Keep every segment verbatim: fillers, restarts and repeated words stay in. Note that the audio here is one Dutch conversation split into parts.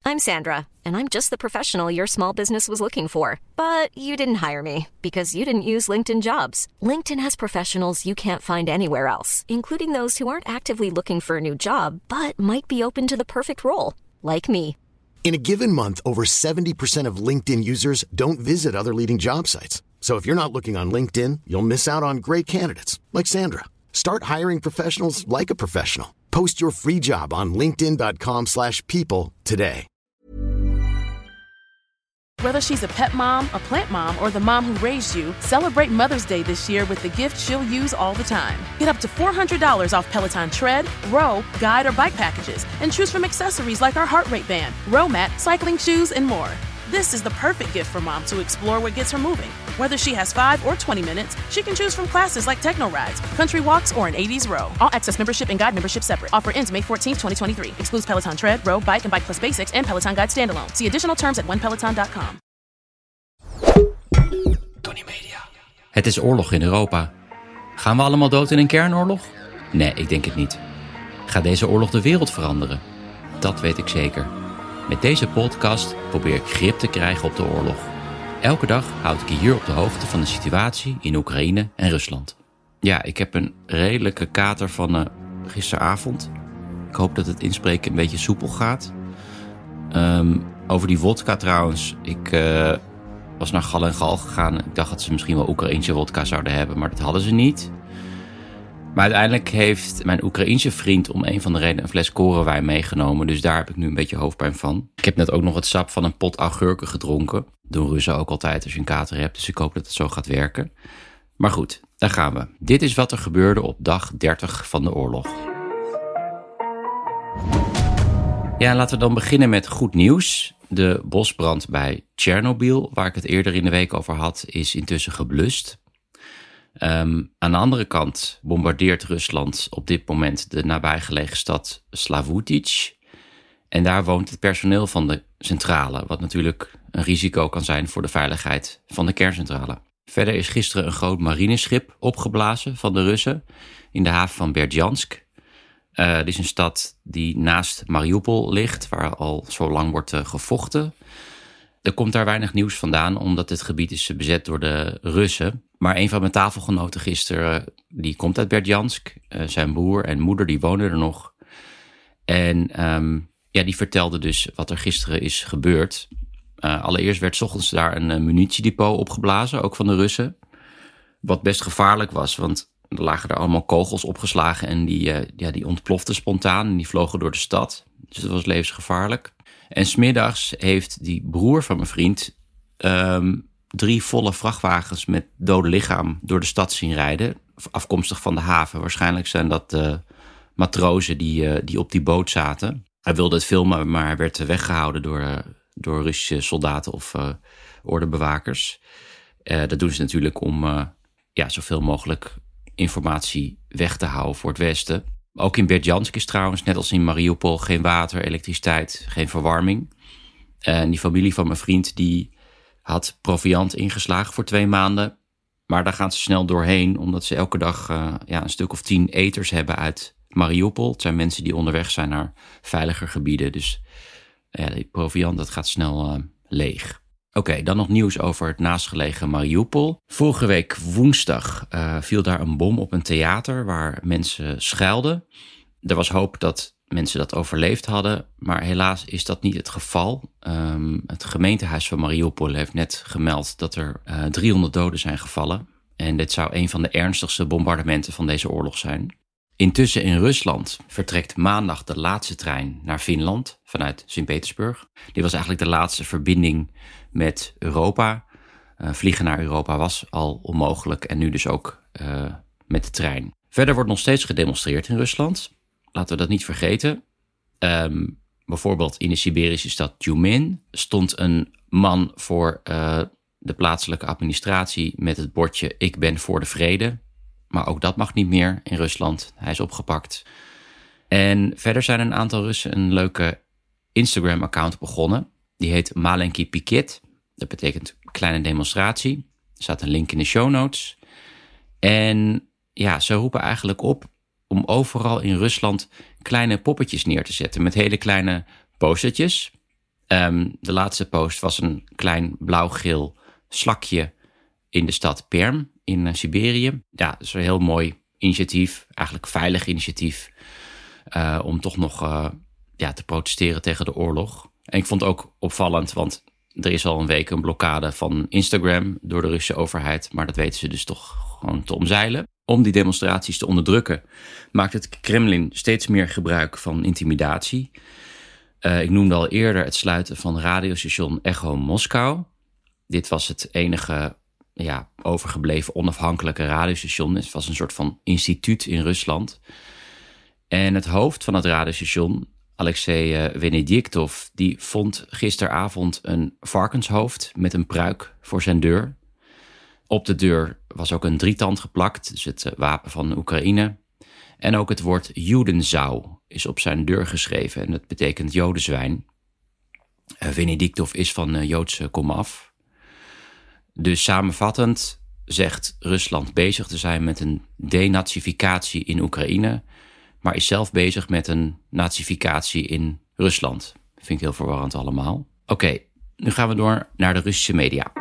I'm Sandra, and I'm just the professional your small business was looking for. But you didn't hire me because you didn't use LinkedIn Jobs. LinkedIn has professionals you can't find anywhere else, including those who aren't actively looking for a new job, but might be open to the perfect role, like me. In a given month, over seventy percent of LinkedIn users don't visit other leading job sites. So if you're not looking on LinkedIn, you'll miss out on great candidates like Sandra. Start hiring professionals like a professional. Post your free job on linkedin.com slash people today. Whether she's a pet mom, a plant mom, or the mom who raised you, celebrate Mother's Day this year with the gift she'll use all the time. Get up to four hundred dollars off Peloton tread, row, guide, or bike packages, and choose from accessories like our heart rate band, row mat, cycling shoes, and more. This is the perfect gift for mom to explore what gets her moving. Whether she has five or twenty minutes, she can choose from classes like techno rides, country walks, or an eighties row. All access membership and guide membership separate. Offer ends May fourteenth, twenty twenty-three. Excludes Peloton tread, row, bike, and bike plus basics and Peloton guide standalone. See additional terms at one peloton dot com. Tony Media. Het is oorlog in Europa. Gaan we allemaal dood in een kernoorlog? Nee, ik denk het niet. Gaat deze oorlog de wereld veranderen? Dat weet ik zeker. Met deze podcast probeer ik grip te krijgen op de oorlog. Elke dag houd ik je hier op de hoogte van de situatie in Oekraïne en Rusland. Ja, ik heb een redelijke kater van uh, gisteravond. Ik hoop dat het inspreken een beetje soepel gaat. Um, over die wodka trouwens. Ik uh, was naar Gal en Gal gegaan. Ik dacht dat ze misschien wel Oekraïense wodka zouden hebben, maar dat hadden ze niet. Maar uiteindelijk heeft mijn Oekraïense vriend om een van de redenen een fles korenwijn meegenomen. Dus daar heb ik nu een beetje hoofdpijn van. Ik heb net ook nog het sap van een pot augurken gedronken. Doen Russen ook altijd als je een kater hebt. Dus ik hoop dat het zo gaat werken. Maar goed, daar gaan we. Dit is wat er gebeurde op dag dertig van de oorlog. Ja, laten we dan beginnen met goed nieuws. De bosbrand bij Tsjernobyl, waar ik het eerder in de week over had, is intussen geblust. Um, aan de andere kant bombardeert Rusland op dit moment de nabijgelegen stad Slavutic. En daar woont het personeel van de centrale, wat natuurlijk een risico kan zijn voor de veiligheid van de kerncentrale. Verder is gisteren een groot marineschip opgeblazen van de Russen in de haven van Berdjansk. Uh, dit is een stad die naast Mariupol ligt, waar al zo lang wordt uh, gevochten. Er komt daar weinig nieuws vandaan, omdat het gebied is bezet door de Russen. Maar een van mijn tafelgenoten gisteren, die komt uit Berdjansk. Uh, zijn broer en moeder, die wonen er nog. En um, ja, die vertelde dus wat er gisteren is gebeurd. Uh, allereerst werd 's ochtends daar een uh, munitiedepot opgeblazen, ook van de Russen. Wat best gevaarlijk was, want er lagen er allemaal kogels opgeslagen en die, uh, ja, die ontploften spontaan en die vlogen door de stad. Dus dat was levensgevaarlijk. En 's middags heeft die broer van mijn vriend um, drie volle vrachtwagens met dode lichaam door de stad zien rijden. Afkomstig van de haven. Waarschijnlijk zijn dat uh, matrozen die, uh, die op die boot zaten. Hij wilde het filmen, maar hij werd weggehouden door, uh, door Russische soldaten of uh, ordebewakers. Uh, dat doen ze natuurlijk om uh, ja, zoveel mogelijk informatie weg te houden voor het Westen. Ook in Berdjansk is trouwens, net als in Mariupol, geen water, elektriciteit, geen verwarming. En die familie van mijn vriend die had proviant ingeslagen voor twee maanden. Maar daar gaan ze snel doorheen, omdat ze elke dag uh, ja, een stuk of tien eters hebben uit Mariupol. Het zijn mensen die onderweg zijn naar veiliger gebieden. Dus ja, die proviant dat gaat snel uh, leeg. Oké, okay, dan nog nieuws over het naastgelegen Mariupol. Vorige week woensdag uh, viel daar een bom op een theater waar mensen schuilden. Er was hoop dat mensen dat overleefd hadden, maar helaas is dat niet het geval. Um, het gemeentehuis van Mariupol heeft net gemeld dat er uh, driehonderd doden zijn gevallen. En dit zou een van de ernstigste bombardementen van deze oorlog zijn. Intussen in Rusland vertrekt maandag de laatste trein naar Finland vanuit Sint-Petersburg. Die was eigenlijk de laatste verbinding met Europa. Uh, vliegen naar Europa was al onmogelijk en nu dus ook uh, met de trein. Verder wordt nog steeds gedemonstreerd in Rusland. Laten we dat niet vergeten. Um, bijvoorbeeld in de Siberische stad Tjumen stond een man voor uh, de plaatselijke administratie met het bordje "Ik ben voor de vrede". Maar ook dat mag niet meer in Rusland. Hij is opgepakt. En verder zijn een aantal Russen een leuke Instagram-account begonnen. Die heet Malenki Piket. Dat betekent kleine demonstratie. Er staat een link in de show notes. En ja, ze roepen eigenlijk op om overal in Rusland kleine poppetjes neer te zetten met hele kleine postertjes. Um, de laatste post was een klein blauw-geel slakje in de stad Perm in uh, Siberië. Ja, dat is een heel mooi initiatief, eigenlijk veilig initiatief, uh, om toch nog uh, ja, te protesteren tegen de oorlog. En ik vond het ook opvallend, want er is al een week een blokkade van Instagram door de Russische overheid, maar dat weten ze dus toch gewoon te omzeilen. Om die demonstraties te onderdrukken maakt het Kremlin steeds meer gebruik van intimidatie. Uh, ik noemde al eerder het sluiten van radiostation Echo Moskou. Dit was het enige ja, overgebleven onafhankelijke radiostation. Het was een soort van instituut in Rusland. En het hoofd van het radiostation, Alexei Venediktov, die vond gisteravond een varkenshoofd met een pruik voor zijn deur. Op de deur was ook een drietand geplakt, dus het wapen van Oekraïne. En ook het woord Judensau is op zijn deur geschreven en dat betekent Jodenzwijn. Venediktov is van Joodse komaf. Dus samenvattend zegt Rusland bezig te zijn met een denazificatie in Oekraïne, maar is zelf bezig met een nazificatie in Rusland. Vind ik heel verwarrend allemaal. Oké, okay, nu gaan we door naar de Russische media.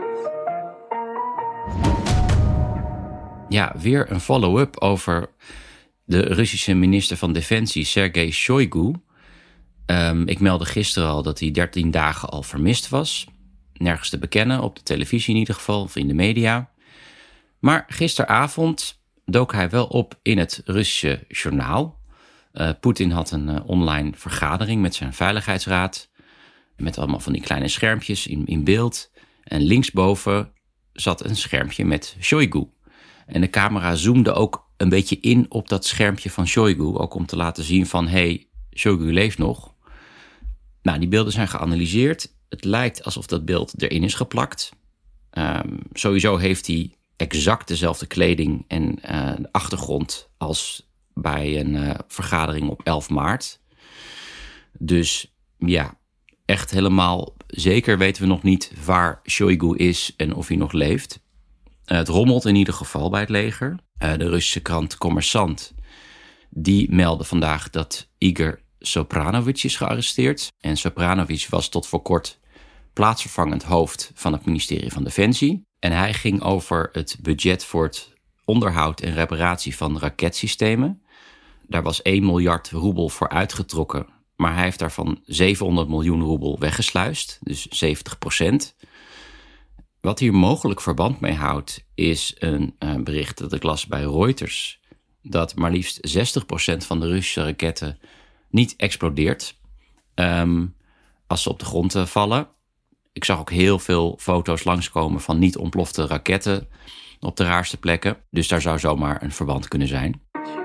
Ja, weer een follow-up over de Russische minister van Defensie, Sergei Shoigu. Um, ik meldde gisteren al dat hij dertien dagen al vermist was. Nergens te bekennen, op de televisie in ieder geval, of in de media. Maar gisteravond dook hij wel op in het Russische journaal. Uh, Poetin had een uh, online vergadering met zijn veiligheidsraad, met allemaal van die kleine schermpjes in, in beeld. En linksboven zat een schermpje met Shoigu. En de camera zoomde ook een beetje in op dat schermpje van Shoigu, ook om te laten zien van, hé, hey, Shoigu leeft nog. Nou, die beelden zijn geanalyseerd. Het lijkt alsof dat beeld erin is geplakt. Um, sowieso heeft hij exact dezelfde kleding en uh, de achtergrond als bij een uh, vergadering op elf maart. Dus ja, echt helemaal zeker weten we nog niet waar Shoigu is en of hij nog leeft. Uh, het rommelt in ieder geval bij het leger. Uh, de Russische krant Kommersant, die meldde vandaag dat Igor Sopranovic is gearresteerd. En Sopranovic was tot voor kort plaatsvervangend hoofd van het ministerie van Defensie. En hij ging over het budget voor het onderhoud en reparatie van raketsystemen. Daar was één miljard roebel voor uitgetrokken, maar hij heeft daarvan zevenhonderd miljoen roebel weggesluist, dus zeventig procent. Wat hier mogelijk verband mee houdt, is een uh, bericht dat ik las bij Reuters, dat maar liefst zestig procent van de Russische raketten niet explodeert um, als ze op de grond uh, vallen. Ik zag ook heel veel foto's langskomen van niet ontplofte raketten op de raarste plekken. Dus daar zou zomaar een verband kunnen zijn.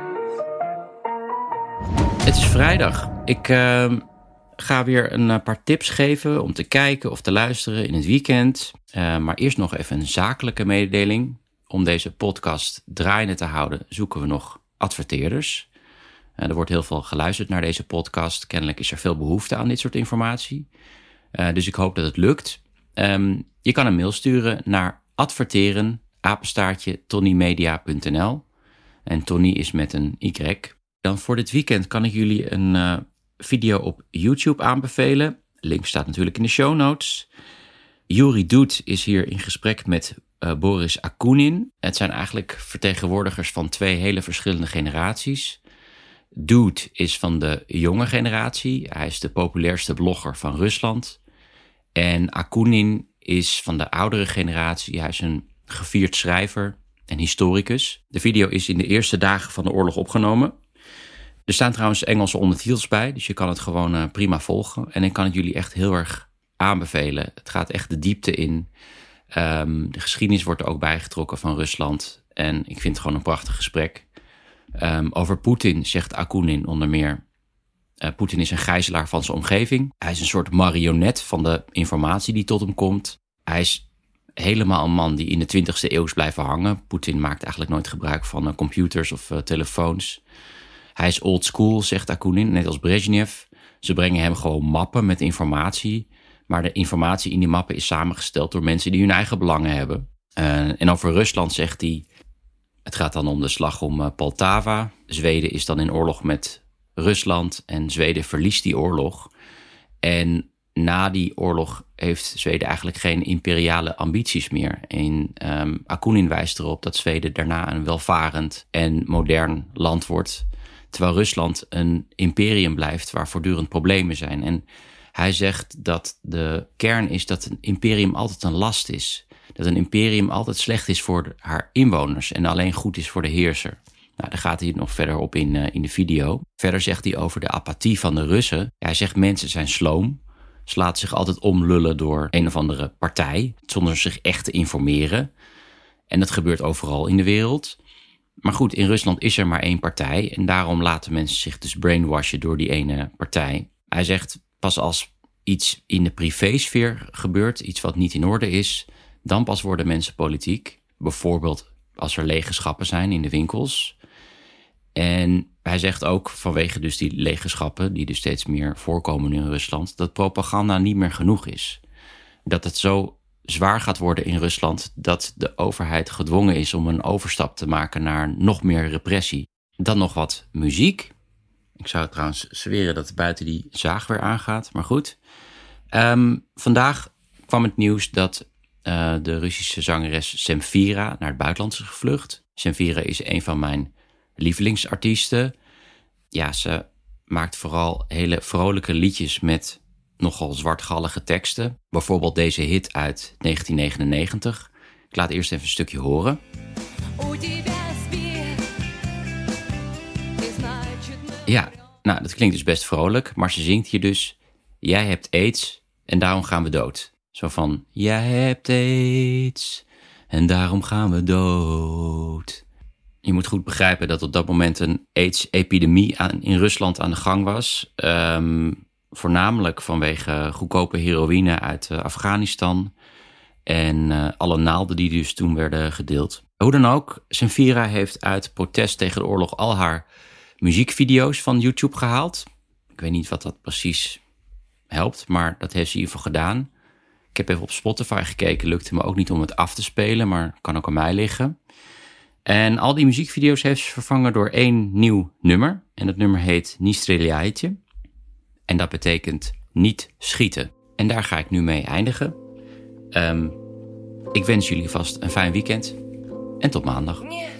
Het is vrijdag. Ik uh, ga weer een paar tips geven om te kijken of te luisteren in het weekend. Uh, maar eerst nog even een zakelijke mededeling. Om deze podcast draaiende te houden zoeken we nog adverteerders. Uh, er wordt heel veel geluisterd naar deze podcast. Kennelijk is er veel behoefte aan dit soort informatie. Uh, dus ik hoop dat het lukt. Um, je kan een mail sturen naar adverteren, apenstaartje, tonnymedia punt n l. En Tony is met een Y. Dan voor dit weekend kan ik jullie een uh, video op YouTube aanbevelen. Link staat natuurlijk in de show notes. Yuri Dud is hier in gesprek met uh, Boris Akunin. Het zijn eigenlijk vertegenwoordigers van twee hele verschillende generaties. Dud is van de jonge generatie. Hij is de populairste blogger van Rusland. En Akunin is van de oudere generatie. Hij is een gevierd schrijver en historicus. De video is in de eerste dagen van de oorlog opgenomen. Er staan trouwens Engelse ondertitels bij, dus je kan het gewoon uh, prima volgen. En ik kan het jullie echt heel erg aanbevelen. Het gaat echt de diepte in. Um, de geschiedenis wordt er ook bijgetrokken van Rusland. En ik vind het gewoon een prachtig gesprek. Um, over Poetin zegt Akunin onder meer: Uh, Poetin is een gijzelaar van zijn omgeving. Hij is een soort marionet van de informatie die tot hem komt. Hij is helemaal een man die in de twintigste eeuw is blijven hangen. Poetin maakt eigenlijk nooit gebruik van uh, computers of uh, telefoons. Hij is old school, zegt Akunin, net als Brezhnev. Ze brengen hem gewoon mappen met informatie. Maar de informatie in die mappen is samengesteld door mensen die hun eigen belangen hebben. Uh, en over Rusland zegt hij: het gaat dan om de slag om uh, Poltava. Zweden is dan in oorlog met Rusland en Zweden verliest die oorlog. En na die oorlog heeft Zweden eigenlijk geen imperiale ambities meer. En um, Akunin wijst erop dat Zweden daarna een welvarend en modern land wordt, terwijl Rusland een imperium blijft waar voortdurend problemen zijn. En hij zegt dat de kern is dat een imperium altijd een last is. Dat een imperium altijd slecht is voor de, haar inwoners en alleen goed is voor de heerser. Nou, daar gaat hij nog verder op in, uh, in de video. Verder zegt hij over de apathie van de Russen. Ja, hij zegt mensen zijn sloom. Ze laten zich altijd omlullen door een of andere partij, zonder zich echt te informeren. En dat gebeurt overal in de wereld. Maar goed, in Rusland is er maar één partij en daarom laten mensen zich dus brainwashen door die ene partij. Hij zegt, pas als iets in de privésfeer gebeurt, iets wat niet in orde is, dan pas worden mensen politiek. Bijvoorbeeld als er legenschappen zijn in de winkels. En hij zegt ook, vanwege dus die legenschappen, die dus steeds meer voorkomen in Rusland, dat propaganda niet meer genoeg is. Dat het zo zwaar gaat worden in Rusland dat de overheid gedwongen is om een overstap te maken naar nog meer repressie. Dan nog wat muziek. Ik zou trouwens zweren dat buiten die zaag weer aangaat, maar goed. Um, vandaag kwam het nieuws dat uh, de Russische zangeres Zemfira naar het buitenland is gevlucht. Zemfira is een van mijn lievelingsartiesten. Ja, ze maakt vooral hele vrolijke liedjes met nogal zwartgallige teksten. Bijvoorbeeld deze hit uit negentien negenennegentig. Ik laat eerst even een stukje horen. Ja, nou, dat klinkt dus best vrolijk, maar ze zingt hier dus: jij hebt aids en daarom gaan we dood. Zo van, jij hebt aids en daarom gaan we dood. Je moet goed begrijpen dat op dat moment een aids-epidemie aan, in Rusland aan de gang was. Um, voornamelijk vanwege goedkope heroïne uit uh, Afghanistan. En uh, alle naalden die dus toen werden gedeeld. Hoe dan ook, Zemfira heeft uit protest tegen de oorlog al haar muziekvideo's van YouTube gehaald. Ik weet niet wat dat precies helpt, maar dat heeft ze in ieder geval gedaan. Ik heb even op Spotify gekeken, lukte me ook niet om het af te spelen, maar kan ook aan mij liggen. En al die muziekvideo's heeft ze vervangen door één nieuw nummer. En dat nummer heet Ni Streljajte. En dat betekent niet schieten. En daar ga ik nu mee eindigen. Um, ik wens jullie vast een fijn weekend. En tot maandag.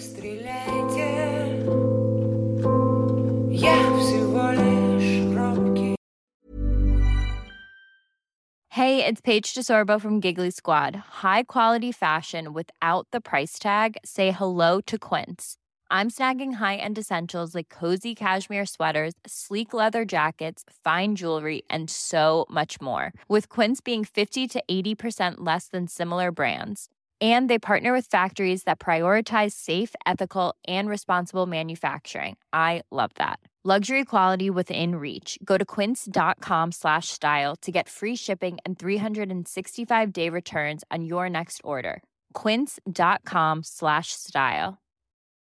Hey, it's Paige DeSorbo from Giggly Squad. High quality fashion without the price tag. Say hello to Quince. I'm snagging high-end essentials like cozy cashmere sweaters, sleek leather jackets, fine jewelry, and so much more. With Quince being fifty to eighty percent less than similar brands. And they partner with factories that prioritize safe, ethical, and responsible manufacturing. I love that. Luxury quality within reach. Go to quince.com slash style to get free shipping and three sixty-five day returns on your next order. Quince.com slash style.